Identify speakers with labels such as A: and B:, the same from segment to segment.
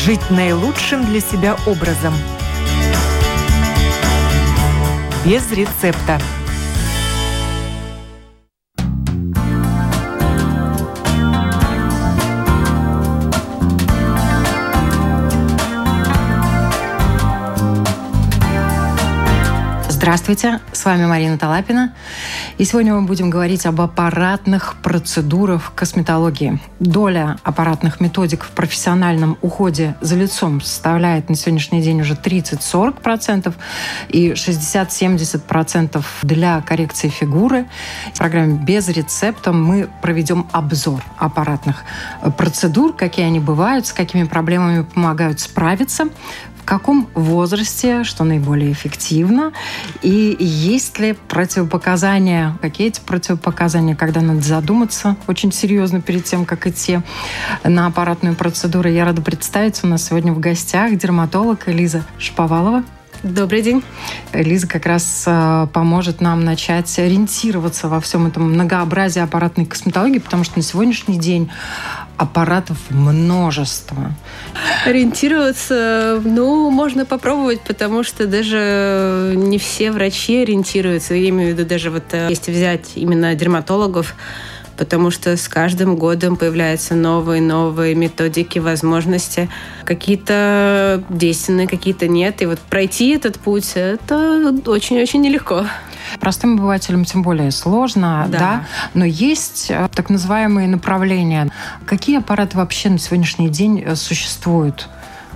A: Жить наилучшим для себя образом. Без рецепта.
B: Здравствуйте, с вами Марина Талапина. И сегодня мы будем говорить об аппаратных процедурах в косметологии. Доля аппаратных методик в профессиональном уходе за лицом составляет на сегодняшний день уже 30-40% и 60-70% для коррекции фигуры. В программе «Без рецепта» мы проведем обзор аппаратных процедур, какие они бывают, с какими проблемами помогают справиться, в каком возрасте, что наиболее эффективно, и есть ли противопоказания, какие эти противопоказания, когда надо задуматься очень серьезно перед тем, как идти на аппаратную процедуру. Я рада представить, у нас сегодня в гостях дерматолог Лиза Шаповалова.
C: Добрый день.
B: Лиза как раз поможет нам начать ориентироваться во всем этом многообразии аппаратной косметологии, потому что на сегодняшний день аппаратов множество.
C: Ориентироваться, можно попробовать, потому что даже не все врачи ориентируются. Я имею в виду даже если взять именно дерматологов, потому что с каждым годом появляются новые методики, возможности. Какие-то действенные, какие-то нет. И пройти этот путь – это очень-очень нелегко.
B: Простым обывателям тем более сложно, да? Но есть так называемые направления. Какие аппараты вообще на сегодняшний день существуют?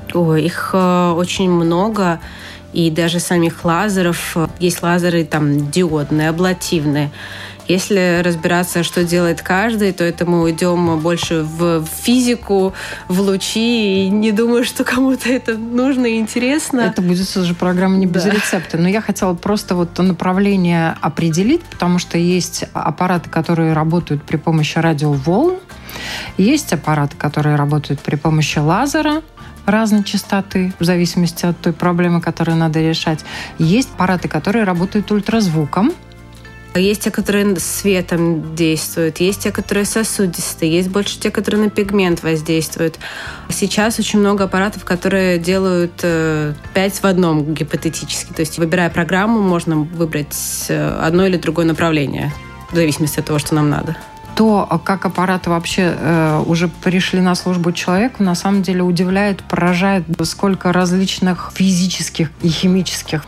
C: Их очень много. И даже самих лазеров. Есть лазеры диодные, аблативные. Если разбираться, что делает каждый, то это мы уйдем больше в физику, в лучи, и не думаю, что кому-то это нужно и интересно.
B: Это будет уже программа не без рецепта. Но я хотела просто направление определить, потому что есть аппараты, которые работают при помощи радиоволн, есть аппараты, которые работают при помощи лазера разной частоты, в зависимости от той проблемы, которую надо решать. Есть аппараты, которые работают ультразвуком.
C: Есть те, которые светом действуют, есть те, которые сосудистые, есть больше те, которые на пигмент воздействуют. Сейчас очень много аппаратов, которые делают 5 в одном гипотетически. То есть, выбирая программу, можно выбрать одно или другое направление, в зависимости от того, что нам надо.
B: То, как аппараты вообще уже пришли на службу человеку, на самом деле удивляет, поражает, сколько различных физических и химических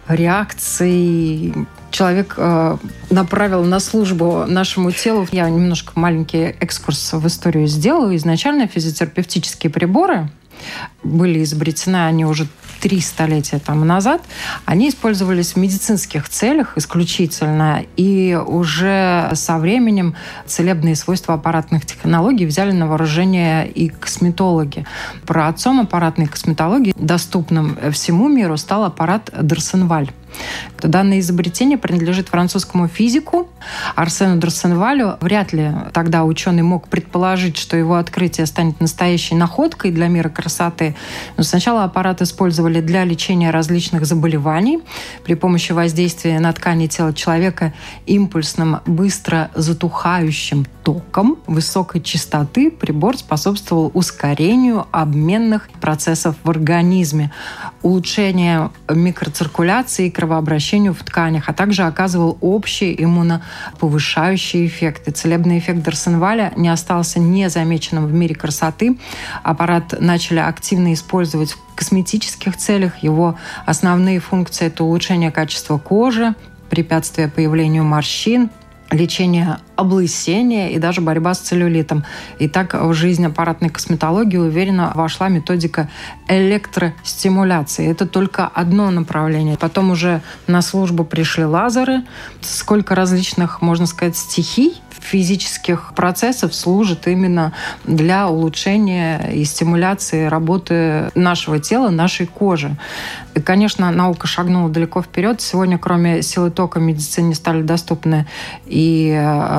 B: реакций человек направил на службу нашему телу. Я немножко маленький экскурс в историю сделаю. Изначально физиотерапевтические приборы были изобретены, они уже 3 столетия назад, они использовались в медицинских целях исключительно, и уже со временем целебные свойства аппаратных технологий взяли на вооружение и косметологи. Праотцом аппаратной косметологии, доступным всему миру, стал аппарат Д'Орсенваль. Данное изобретение принадлежит французскому физику Арсену Д'Орсенвалю. Вряд ли тогда ученый мог предположить, что его открытие станет настоящей находкой для мира красоты. Но сначала аппарат использовали для лечения различных заболеваний. При помощи воздействия на ткани тела человека импульсным, быстро затухающим током высокой частоты прибор способствовал ускорению обменных процессов в организме, улучшению микроциркуляции и кровообращению в тканях, а также оказывал общий иммуноповышающий эффект. И целебный эффект Д'Орсенваля не остался незамеченным в мире красоты. Аппарат начали активно использовать в косметических целях. Его основные функции – это улучшение качества кожи, препятствие появлению морщин, лечение облысения и даже борьба с целлюлитом. И так в жизнь аппаратной косметологии уверенно вошла методика электростимуляции. Это только одно направление. Потом уже на службу пришли лазеры. Сколько различных, можно сказать, стихий физических процессов служит именно для улучшения и стимуляции работы нашего тела, нашей кожи. И, конечно, наука шагнула далеко вперед. Сегодня, кроме силы тока, в медицине стали доступны и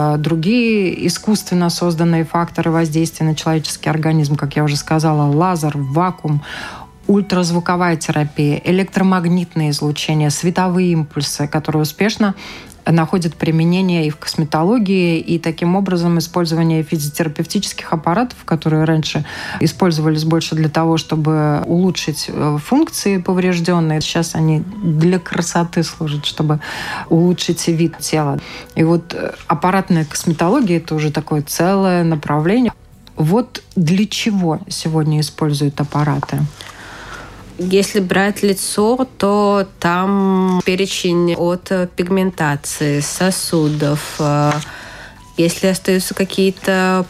B: другие искусственно созданные факторы воздействия на человеческий организм, как я уже сказала, лазер, вакуум, ультразвуковая терапия, электромагнитное излучение, световые импульсы, которые успешно находят применение и в косметологии, и таким образом использование физиотерапевтических аппаратов, которые раньше использовались больше для того, чтобы улучшить функции поврежденные. Сейчас они для красоты служат, чтобы улучшить вид тела. И вот аппаратная косметология – это уже такое целое направление. Вот для чего сегодня используют аппараты?
C: Если брать лицо, то там перечень от пигментации, сосудов. Если остаются какие-то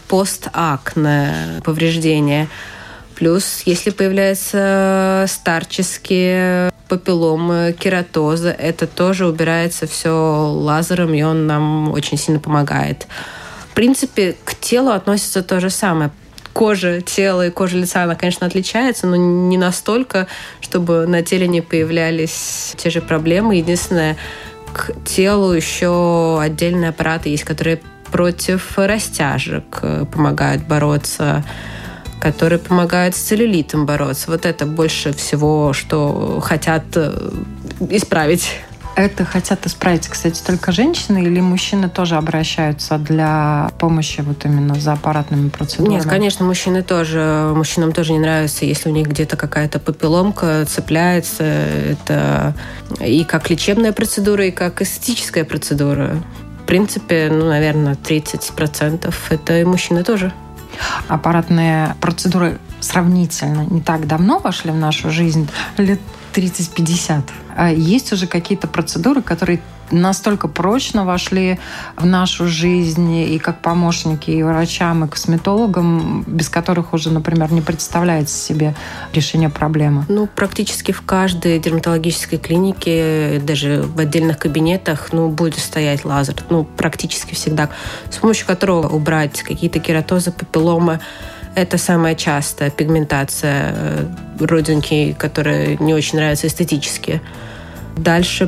C: постакне повреждения. Плюс, если появляются старческие папилломы, кератозы, это тоже убирается все лазером, и он нам очень сильно помогает. В принципе, к телу относится то же самое. Кожа тела и кожа лица, она, конечно, отличается, но не настолько, чтобы на теле не появлялись те же проблемы. Единственное, к телу еще отдельные аппараты есть, которые против растяжек помогают бороться, которые помогают с целлюлитом бороться. Вот это больше всего, что хотят исправить.
B: Это хотят исправить, кстати, только женщины или мужчины тоже обращаются для помощи вот именно за аппаратными процедурами?
C: Нет, конечно, мужчины тоже. Мужчинам тоже не нравится, если у них где-то какая-то папилломка цепляется. Это и как лечебная процедура, и как эстетическая процедура. В принципе, наверное, 30% это и мужчины тоже.
B: Аппаратные процедуры сравнительно не так давно вошли в нашу жизнь, лет 30-50. Есть уже какие-то процедуры, которые настолько прочно вошли в нашу жизнь и как помощники и врачам, и косметологам, без которых уже, например, не представляется себе решение проблемы?
C: Практически в каждой дерматологической клинике, даже в отдельных кабинетах, будет стоять лазер. Практически всегда. С помощью которого убрать какие-то кератозы, папилломы. Это самая частая пигментация, родинки, которые не очень нравятся эстетически. Дальше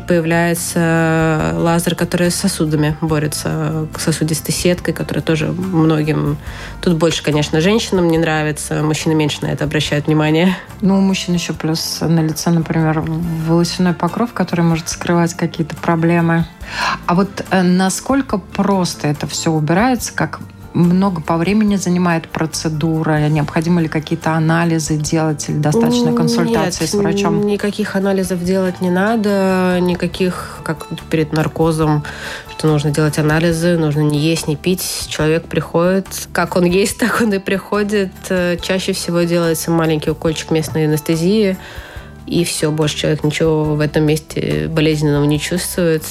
C: появляется лазер, который с сосудами борется, с сосудистой сеткой, которая тоже многим... Тут больше, конечно, женщинам не нравится, мужчины меньше на это обращают внимание.
B: У мужчин еще плюс на лице, например, волосяной покров, который может скрывать какие-то проблемы. А вот насколько просто это все убирается, как много по времени занимает процедура? Необходимо ли какие-то анализы делать или достаточно консультации с врачом?
C: Никаких анализов делать не надо, никаких, как перед наркозом, что нужно делать анализы, нужно не есть, не пить. Человек приходит, как он есть, так он и приходит. Чаще всего делается маленький укольчик местной анестезии, и все, больше человек ничего в этом месте болезненного не чувствует.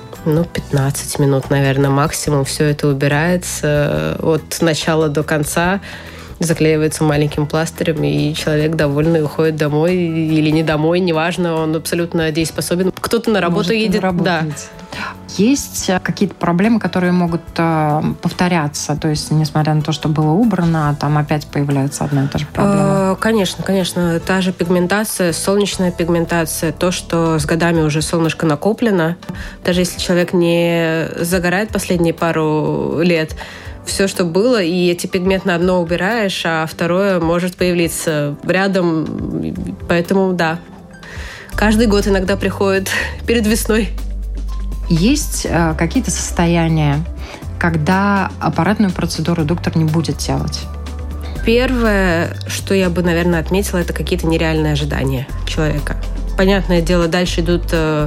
C: 15 минут, наверное, максимум. Все это убирается от начала до конца, заклеивается маленьким пластырем, и человек довольный уходит домой или не домой, неважно, он абсолютно дееспособен. Кто-то на работу едет. Да.
B: Есть какие-то проблемы, которые могут повторяться? То есть, несмотря на то, что было убрано, там опять появляется одна и та же проблема?
C: Конечно. Та же пигментация, солнечная пигментация, то, что с годами уже солнышко накоплено. Даже если человек не загорает последние пару лет, все, что было, и эти пигменты одно убираешь, а второе может появиться рядом. Поэтому, да, каждый год иногда приходит перед весной.
B: Есть какие-то состояния, когда аппаратную процедуру доктор не будет делать?
C: Первое, что я бы, наверное, отметила, это какие-то нереальные ожидания человека. Понятное дело, дальше идут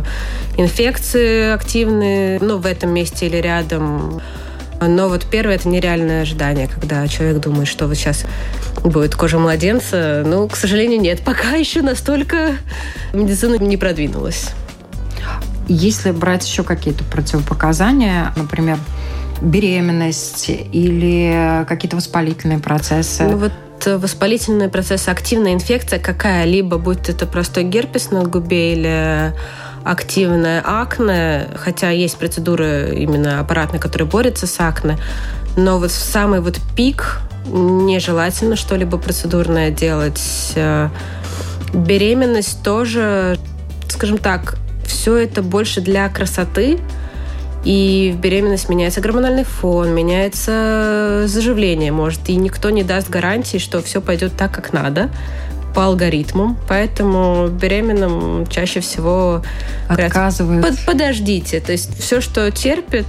C: инфекции активные, в этом месте или рядом. Но вот первое – это нереальное ожидание, когда человек думает, что вот сейчас будет кожа младенца. К сожалению, нет. Пока еще настолько медицина не продвинулась.
B: Если брать еще какие-то противопоказания, например, беременность или какие-то воспалительные процессы?
C: Воспалительные процессы, активная инфекция какая-либо, будь это простой герпес на губе или активное акне, хотя есть процедуры именно аппаратные, которые борются с акне, но в самый пик нежелательно что-либо процедурное делать. Беременность тоже, скажем так, все это больше для красоты, и в беременность меняется гормональный фон, меняется заживление, может, и никто не даст гарантии, что все пойдет так, как надо. по алгоритмам, поэтому беременным чаще всего
B: отказывают.
C: Говорят, подождите. То есть все, что терпит,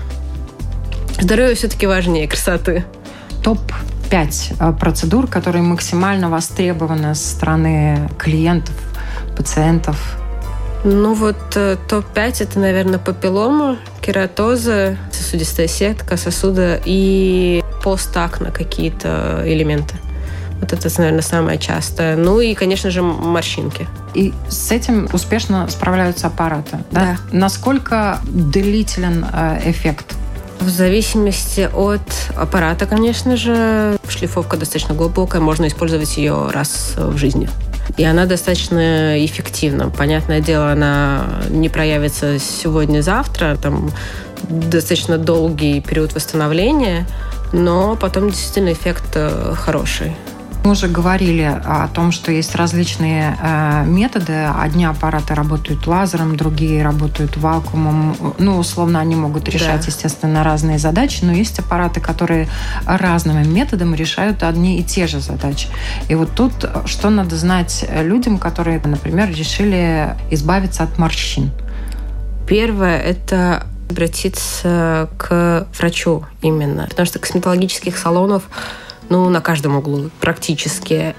C: здоровье все-таки важнее красоты.
B: Топ-5 процедур, которые максимально востребованы со стороны клиентов, пациентов.
C: Ну вот топ-5 это, наверное, папиллома, кератоза, сосудистая сетка сосуда и постакне какие-то элементы. Вот это, наверное, самое частое. Ну и, конечно же, морщинки.
B: И с этим успешно справляются аппараты.
C: Да.
B: Насколько длителен эффект?
C: В зависимости от аппарата, конечно же. Шлифовка достаточно глубокая, можно использовать ее раз в жизни. И она достаточно эффективна. Понятное дело, она не проявится сегодня-завтра. Там достаточно долгий период восстановления, но потом действительно эффект хороший.
B: Мы уже говорили о том, что есть различные методы. Одни аппараты работают лазером, другие работают вакуумом. Ну, условно, они могут решать, естественно, разные задачи, но есть аппараты, которые разными методами решают одни и те же задачи. И вот тут что надо знать людям, которые, например, решили избавиться от морщин?
C: Первое – это обратиться к врачу именно, потому что косметологических салонов на каждом углу практически.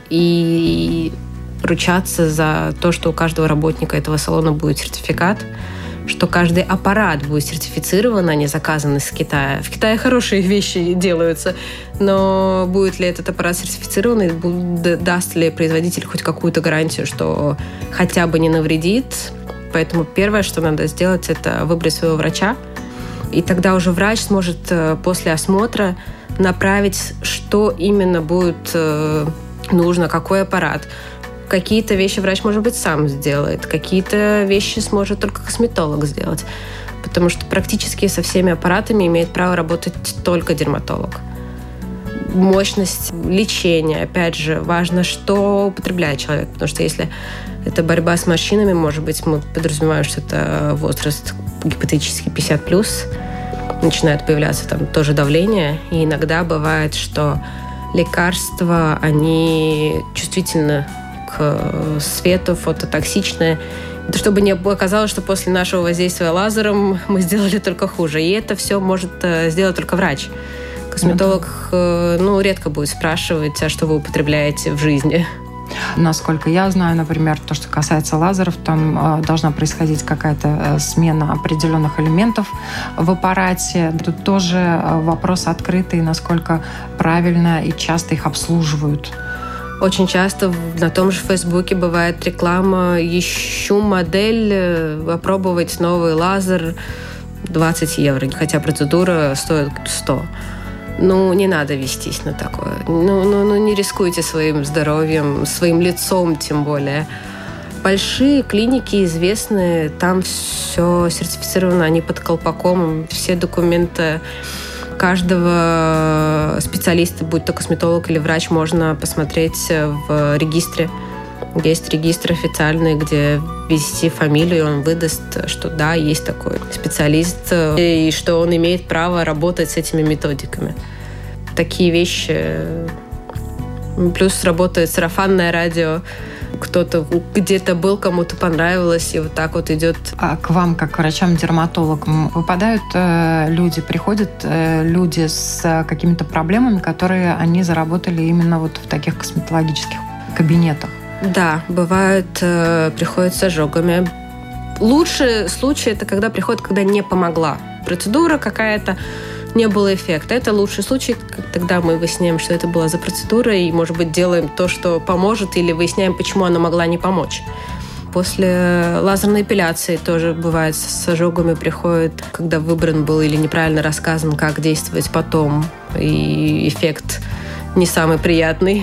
C: И ручаться за то, что у каждого работника этого салона будет сертификат, что каждый аппарат будет сертифицирован, а не заказан из Китая. В Китае хорошие вещи делаются, но будет ли этот аппарат сертифицирован, и даст ли производитель хоть какую-то гарантию, что хотя бы не навредит. Поэтому первое, что надо сделать, это выбрать своего врача, и тогда уже врач сможет после осмотра направить, что именно будет нужно, какой аппарат. Какие-то вещи врач, может быть, сам сделает, какие-то вещи сможет только косметолог сделать, потому что практически со всеми аппаратами имеет право работать только дерматолог. Мощность лечения, опять же, важно, что употребляет человек, потому что если это борьба с морщинами, может быть, мы подразумеваем, что это возраст гипотетически 50+, начинает появляться там тоже давление, и иногда бывает, что лекарства, они чувствительны к свету, фототоксичны, чтобы не оказалось, что после нашего воздействия лазером мы сделали только хуже. И это все может сделать только врач. Косметолог редко будет спрашивать, а что вы употребляете в жизни.
B: Насколько я знаю, например, то, что касается лазеров, там должна происходить какая-то смена определенных элементов в аппарате. Тут тоже вопрос открытый, насколько правильно и часто их обслуживают.
C: Очень часто на том же Фейсбуке бывает реклама: ищу модель, опробовать новый лазер, 20 евро, хотя процедура стоит 100. Не надо вестись на такое. Не рискуйте своим здоровьем, своим лицом тем более. Большие клиники известные, там все сертифицировано, они под колпаком, все документы каждого специалиста, будь то косметолог или врач, можно посмотреть в регистре. Есть регистр официальный, где ввести фамилию, он выдаст, что да, есть такой специалист, и что он имеет право работать с этими методиками. Такие вещи. Плюс работает сарафанное радио. Кто-то где-то был, кому-то понравилось, и вот так вот идет.
B: А к вам, как к врачам-дерматологам, выпадают люди, приходят люди с какими-то проблемами, которые они заработали именно вот в таких косметологических кабинетах?
C: Да, бывает, приходят с ожогами. Лучший случай – это когда приходит, когда не помогла процедура какая-то, не было эффекта. Это лучший случай, тогда мы выясняем, что это была за процедура, и, может быть, делаем то, что поможет, или выясняем, почему она могла не помочь. После лазерной эпиляции тоже бывает с ожогами приходит, когда выбран был или неправильно рассказан, как действовать потом, и эффект не самый приятный.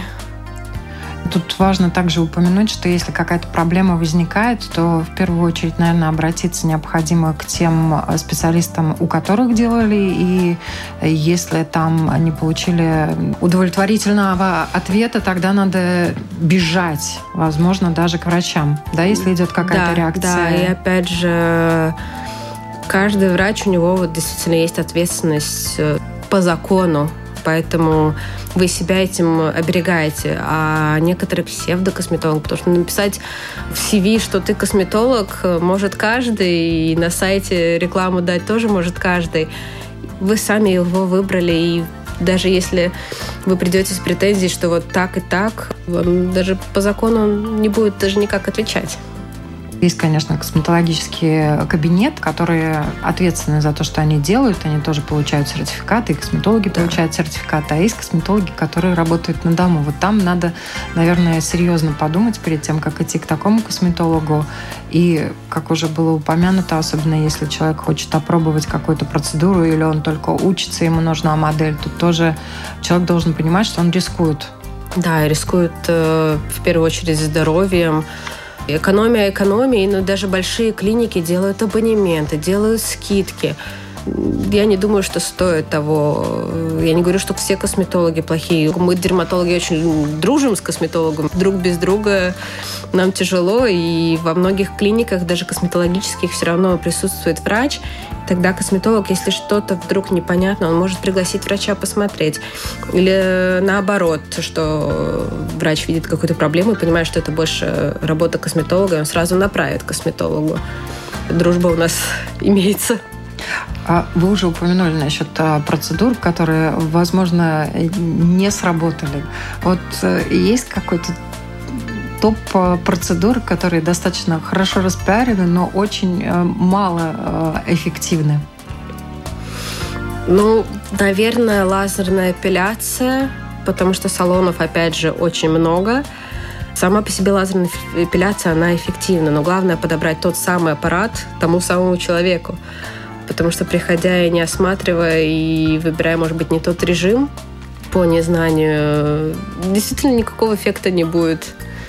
B: Тут важно также упомянуть, что если какая-то проблема возникает, то в первую очередь, наверное, обратиться необходимо к тем специалистам, у которых делали, и если там не получили удовлетворительного ответа, тогда надо бежать, возможно, даже к врачам, да, если идет какая-то реакция.
C: Да, и опять же, каждый врач, у него вот действительно есть ответственность по закону поэтому вы себя этим оберегаете. А некоторые псевдокосметологи, потому что написать в CV, что ты косметолог, может каждый, и на сайте рекламу дать тоже может каждый. Вы сами его выбрали, и даже если вы придете с претензией, что вот так и так, он даже по закону не будет даже никак отвечать.
B: Есть, конечно, косметологический кабинет, которые ответственны за то, что они делают. Они тоже получают сертификаты, и косметологи получают сертификаты. А есть косметологи, которые работают на дому. Вот там надо, наверное, серьезно подумать перед тем, как идти к такому косметологу. И, как уже было упомянуто, особенно если человек хочет опробовать какую-то процедуру или он только учится, ему нужна модель, тут тоже человек должен понимать, что он рискует.
C: Да, рискует в первую очередь здоровьем. Экономия экономией, но даже большие клиники делают абонементы, делают скидки. Я не думаю, что стоит того. Я не говорю, что все косметологи плохие. Мы, дерматологи, очень дружим с косметологом. Друг без друга нам тяжело, и во многих клиниках, даже косметологических, все равно присутствует врач. Тогда косметолог, если что-то вдруг непонятно, он может пригласить врача посмотреть. Или наоборот, что врач видит какую-то проблему и понимает, что это больше работа косметолога, и он сразу направит к косметологу. Дружба у нас имеется.
B: Вы уже упомянули насчет процедур, которые, возможно, не сработали. Вот есть какой-то топ процедур, которые достаточно хорошо распиарены, но очень мало эффективны?
C: Ну, наверное, лазерная эпиляция, потому что салонов, опять же, очень много. Сама по себе лазерная эпиляция, она эффективна, но главное подобрать тот самый аппарат тому самому человеку. Потому что, приходя и не осматривая, и выбирая, может быть, не тот режим по незнанию, действительно никакого эффекта не будет.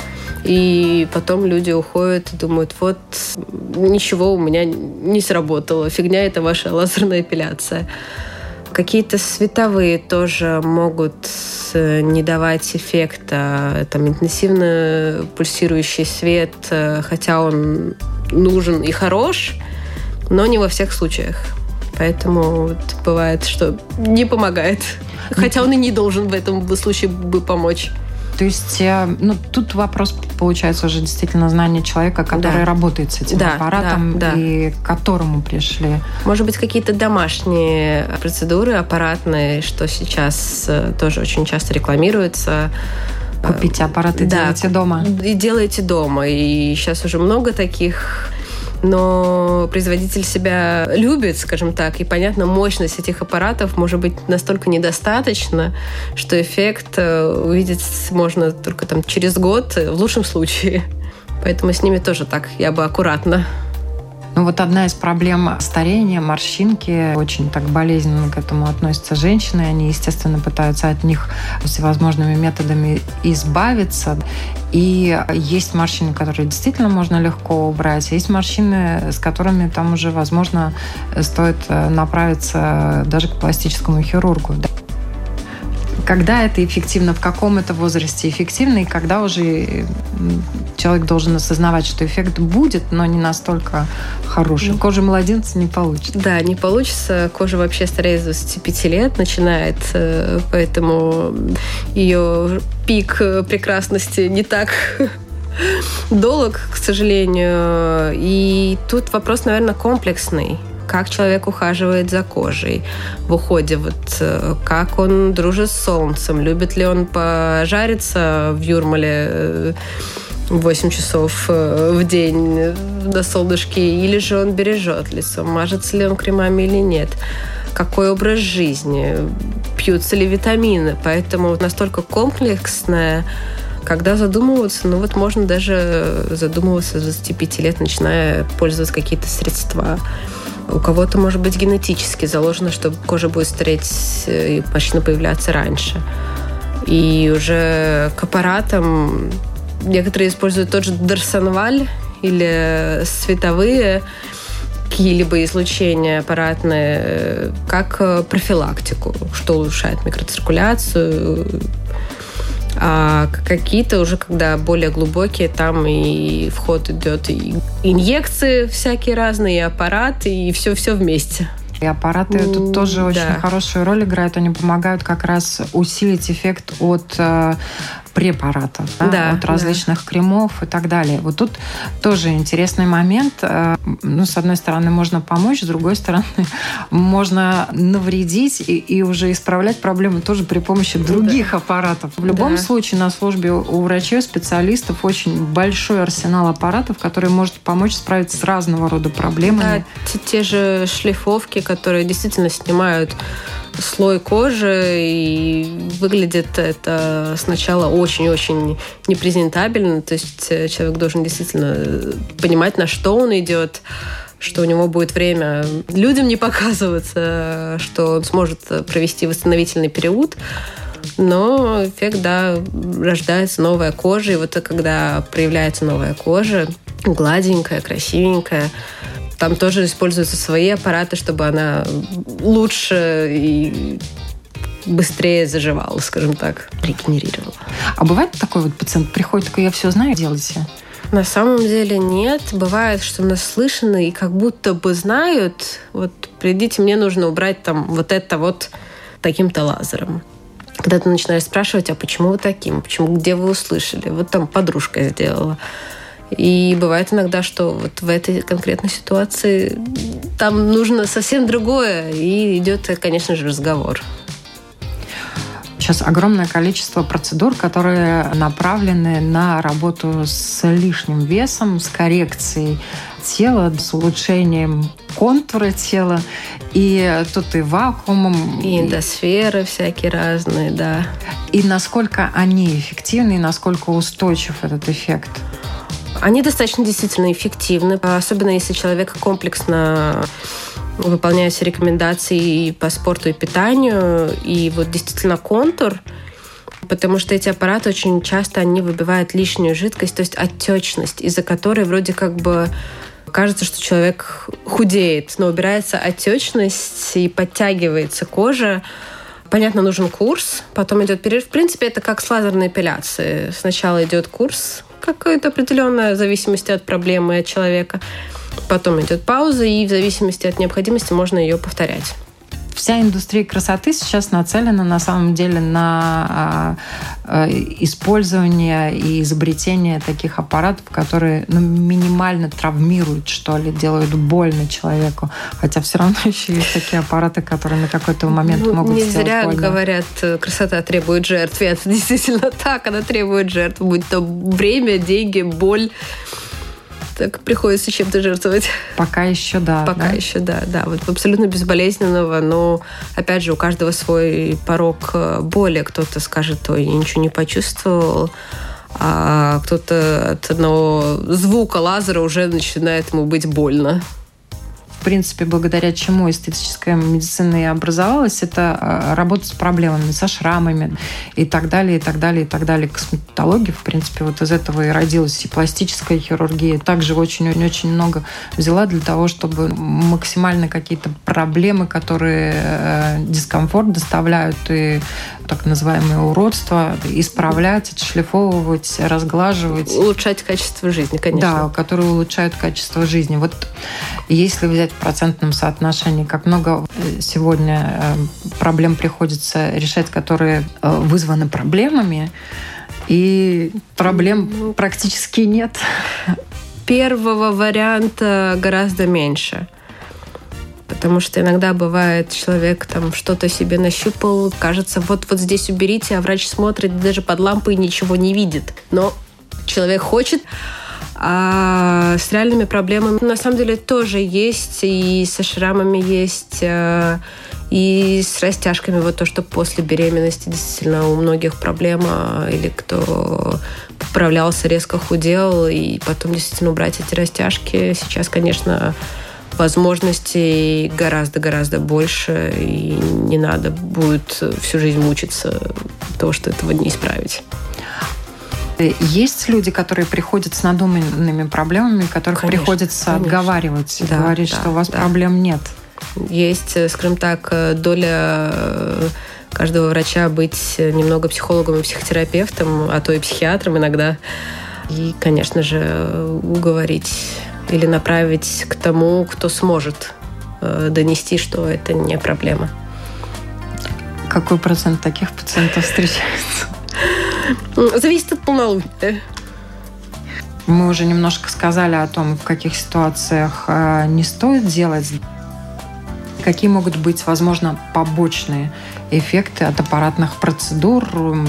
C: И потом люди уходят и думают, вот, ничего у меня не сработало, фигня это ваша лазерная эпиляция. Какие-то световые тоже могут не давать эффекта. Там интенсивно пульсирующий свет, хотя он нужен и хорош, но не во всех случаях. Поэтому вот бывает, что не помогает. Хотя он и не должен в этом случае бы помочь.
B: То есть, тут вопрос, получается, уже действительно знание человека, который работает с этим аппаратом и к которому пришли.
C: Может быть, какие-то домашние процедуры аппаратные, что сейчас тоже очень часто рекламируется.
B: Купите аппарат и делайте дома.
C: И делайте дома. И сейчас уже много таких. Но производитель себя любит, скажем так, и, понятно, мощность этих аппаратов может быть настолько недостаточна, что эффект увидеть можно только там через год, в лучшем случае. Поэтому с ними тоже так, я бы аккуратно.
B: Ну вот одна из проблем старения, морщинки, очень так болезненно к этому относятся женщины. Они, естественно, пытаются от них всевозможными методами избавиться. И есть морщины, которые действительно можно легко убрать. Есть морщины, с которыми там уже, возможно, стоит направиться даже к пластическому хирургу. Когда это эффективно, в каком это возрасте эффективно, и когда уже человек должен осознавать, что эффект будет, но не настолько хороший. Кожа младенца не получится.
C: Да, не получится. Кожа вообще стареет с 25 лет, начинает, поэтому ее пик прекрасности не так долг, к сожалению. И тут вопрос, наверное, комплексный. Как человек ухаживает за кожей в уходе, как он дружит с солнцем, любит ли он пожариться в Юрмале 8 часов в день на солнышке, или же он бережет лицо, мажется ли он кремами или нет, какой образ жизни, пьются ли витамины. Поэтому настолько комплексное. Когда задумываться, можно даже задумываться с 25 лет, начиная пользоваться какие-то средства. У кого-то, может быть, генетически заложено, что кожа будет стареть и морщины появляться раньше. И уже к аппаратам некоторые используют тот же Дарсонваль или световые какие-либо излучения аппаратные как профилактику, что улучшает микроциркуляцию. А какие-то уже, когда более глубокие, там и в ход идет и инъекции всякие разные, и аппарат, и все вместе.
B: И аппараты тут тоже очень хорошую роль играют. Они помогают как раз усилить эффект от препаратов, от различных кремов и так далее. Вот тут тоже интересный момент. С одной стороны, можно помочь, с другой стороны, можно навредить и уже исправлять проблемы тоже при помощи других аппаратов. В любом случае, на службе у врачей, специалистов очень большой арсенал аппаратов, который может помочь справиться с разного рода проблемами.
C: Да, те же шлифовки, которые действительно снимают слой кожи, и выглядит это сначала очень-очень непрезентабельно. То есть человек должен действительно понимать, на что он идет, что у него будет время людям не показываться, что он сможет провести восстановительный период. Но эффект, рождается новая кожа. И вот когда проявляется новая кожа, гладенькая, красивенькая, там тоже используются свои аппараты, чтобы она лучше и быстрее заживала, скажем так, регенерировала.
B: А бывает такой вот пациент приходит, такой: я все знаю, делайте?
C: На самом деле нет. Бывает, что наслышаны и как будто бы знают: вот придите, мне нужно убрать там вот это вот таким-то лазером. Когда ты начинаешь спрашивать: а почему вы таким? Почему? Где вы услышали? Вот там подружка сделала. И бывает иногда, что вот в этой конкретной ситуации там нужно совсем другое, и идет, конечно же, разговор.
B: Сейчас огромное количество процедур, которые направлены на работу с лишним весом, с коррекцией тела, с улучшением контура тела. И тут и вакуумом.
C: И эндосферы всякие разные, да.
B: И насколько они эффективны, и насколько устойчив этот эффект?
C: Они достаточно действительно эффективны, особенно если человек комплексно выполняет все рекомендации по спорту и питанию, и вот действительно контур, потому что эти аппараты очень часто они выбивают лишнюю жидкость, то есть отечность, из-за которой вроде как бы кажется, что человек худеет, но убирается отечность и подтягивается кожа. Понятно, нужен курс, потом идет перерыв. В принципе, это как с лазерной эпиляцией. Сначала идет курс какой-то определенный, в зависимости от проблемы, от человека. Потом идет пауза, и в зависимости от необходимости можно ее повторять.
B: Вся индустрия красоты сейчас нацелена на самом деле на использование и изобретение таких аппаратов, которые минимально травмируют, что ли, делают больно человеку. Хотя все равно еще есть такие аппараты, которые на какой-то момент могут
C: не
B: сделать
C: зря
B: больно.
C: Говорят, красота требует жертв. И это действительно так, она требует жертв. Будь то время, деньги, боль. Так приходится чем-то жертвовать.
B: Пока еще да.
C: Пока еще да. Вот абсолютно безболезненного, но, опять же, у каждого свой порог боли. Кто-то скажет: ой, я ничего не почувствовал, а кто-то от одного звука лазера уже начинает ему быть больно.
B: В принципе, благодаря чему эстетическая медицина и образовалась, это работа с проблемами, со шрамами и так далее, и так далее, и так далее. Косметология, в принципе, вот из этого и родилась и пластическая хирургия. Также очень-очень много взяла для того, чтобы максимально какие-то проблемы, которые дискомфорт доставляют и так называемые уродства, исправлять, отшлифовывать, разглаживать.
C: Улучшать качество жизни, конечно.
B: Да, которые улучшают качество жизни. Вот если взять в процентном соотношении, как много сегодня проблем приходится решать, которые вызваны проблемами, и проблем практически нет.
C: Первого варианта гораздо меньше. Потому что иногда бывает, человек там что-то себе нащупал, кажется, вот здесь уберите, а врач смотрит даже под лампой и ничего не видит. Но человек хочет. А с реальными проблемами на самом деле тоже есть, и со шрамами есть, и с растяжками. Вот то, что после беременности действительно у многих проблема, или кто поправлялся, резко худел, и потом действительно убрать эти растяжки. Сейчас, конечно, возможностей гораздо-гораздо больше, и не надо будет всю жизнь мучиться от того, что этого не исправить.
B: Есть люди, которые приходят с надуманными проблемами, которых приходится отговаривать, говорить, что у вас проблем нет.
C: Есть, скажем так, доля каждого врача быть немного психологом и психотерапевтом, а то и психиатром иногда. И, конечно же, уговорить или направить к тому, кто сможет донести, что это не проблема.
B: Какой процент таких пациентов встречается?
C: Зависит от полнолуния.
B: Мы уже немножко сказали о том, в каких ситуациях не стоит делать. Какие могут быть, возможно, побочные эффекты от аппаратных процедур?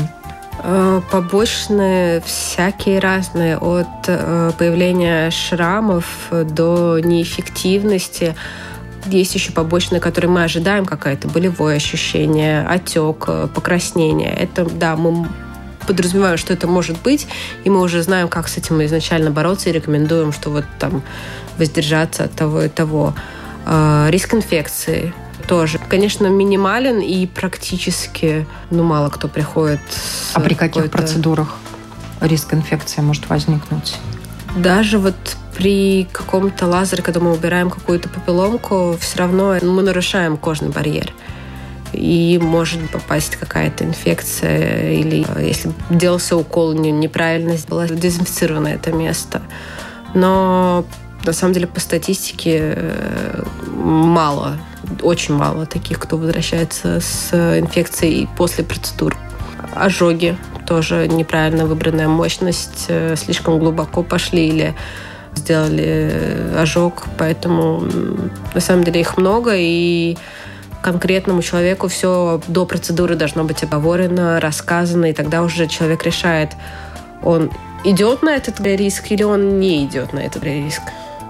C: Побочные всякие разные, от появления шрамов до неэффективности. Есть еще побочные, которые мы ожидаем, какое-то болевое ощущение, отек, покраснение. Это, да, мы подразумеваем, что это может быть, и мы уже знаем, как с этим изначально бороться, и рекомендуем, что вот там воздержаться от того и того. Риск инфекции тоже, конечно, минимален, и практически, мало кто приходит с
B: А при каких процедурах риск инфекции может возникнуть?
C: Даже вот при каком-то лазере, когда мы убираем какую-то папилломку, все равно мы нарушаем кожный барьер. И может попасть какая-то инфекция, или если делался укол неправильно, было дезинфицировано это место. Но на самом деле по статистике мало, очень мало таких, кто возвращается с инфекцией после процедур. Ожоги тоже неправильно выбранная мощность, слишком глубоко пошли или сделали ожог, поэтому на самом деле их много, и конкретному человеку все до процедуры должно быть оговорено, рассказано, и тогда уже человек решает, он идет на этот риск или он не идет на этот риск.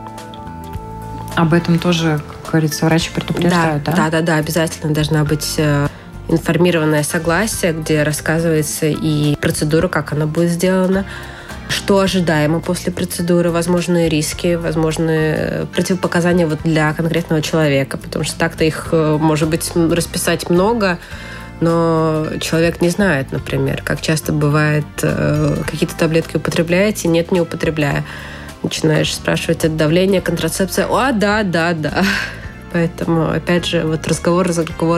B: Об этом тоже, как говорится, врачи предупреждают, да?
C: Да, обязательно должна быть информированное согласие, где рассказывается и процедура, как она будет сделана, что ожидаемо после процедуры, возможные риски, возможные противопоказания вот для конкретного человека, потому что так-то их, может быть, расписать много, но человек не знает, например, как часто бывает, какие-то таблетки употребляете, нет, не употребляя. Начинаешь спрашивать от давления, контрацепция, да. Поэтому, опять же, вот разговор.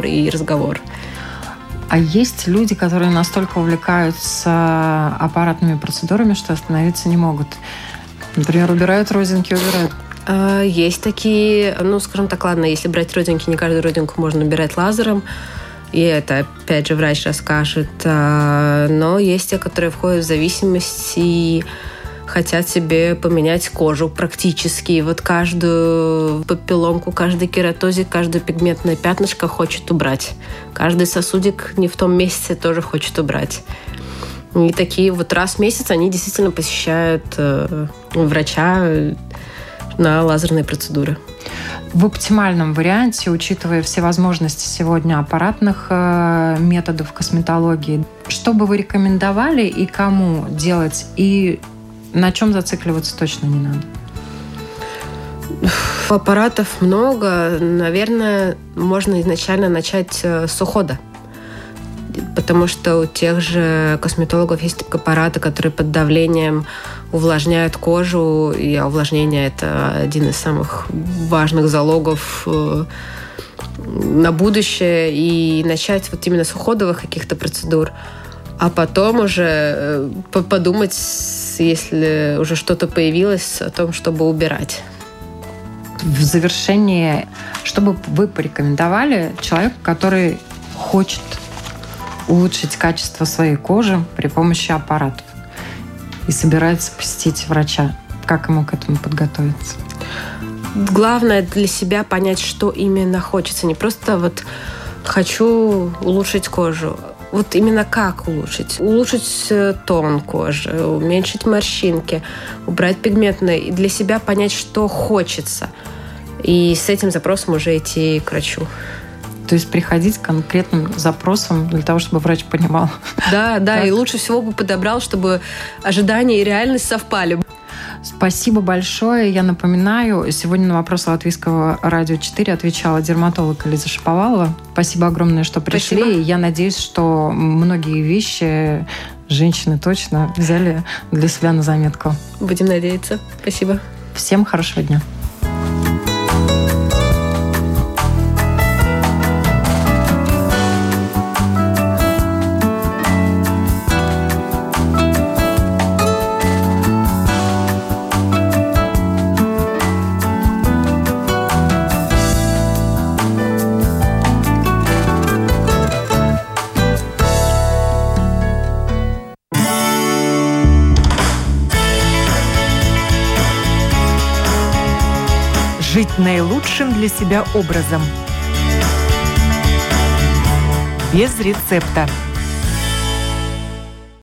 B: А есть люди, которые настолько увлекаются аппаратными процедурами, что остановиться не могут. Например, убирают родинки.
C: Есть такие, скажем так, ладно, если брать родинки, не каждую родинку можно убирать лазером. И это, опять же, врач расскажет. Но есть те, которые входят в зависимость и хотят себе поменять кожу практически. Вот каждую папилломку, каждый кератозик, каждое пигментное пятнышко хочет убрать. Каждый сосудик не в том месте тоже хочет убрать. И такие вот раз в месяц они действительно посещают врача на лазерные процедуры.
B: В оптимальном варианте, учитывая все возможности сегодня аппаратных методов косметологии, что бы вы рекомендовали и кому делать, и на чем зацикливаться точно не надо?
C: Аппаратов много. Наверное, можно изначально начать с ухода. Потому что у тех же косметологов есть аппараты, которые под давлением увлажняют кожу. И увлажнение – это один из самых важных залогов на будущее. И начать вот именно с уходовых каких-то процедур. А потом уже подумать, если уже что-то появилось, о том, чтобы убирать.
B: В завершение, что бы вы порекомендовали человеку, который хочет улучшить качество своей кожи при помощи аппаратов и собирается посетить врача? Как ему к этому подготовиться?
C: Главное для себя понять, что именно хочется. Не просто вот хочу улучшить кожу. Вот именно как улучшить? Улучшить тон кожи, уменьшить морщинки, убрать пигментное. И для себя понять, что хочется. И с этим запросом уже идти к врачу.
B: То есть приходить к конкретным запросам для того, чтобы врач понимал.
C: Да, и лучше всего бы подобрал, чтобы ожидания и реальность совпали.
B: Спасибо большое. Я напоминаю, сегодня на вопрос Латвийского радио 4 отвечала дерматолог Лиза Шаповалова. Спасибо огромное, что пришли.
C: Спасибо.
B: Я надеюсь, что многие вещи женщины точно взяли для себя на заметку.
C: Будем надеяться. Спасибо.
B: Всем хорошего дня.
A: Жить наилучшим для себя образом. Без рецепта.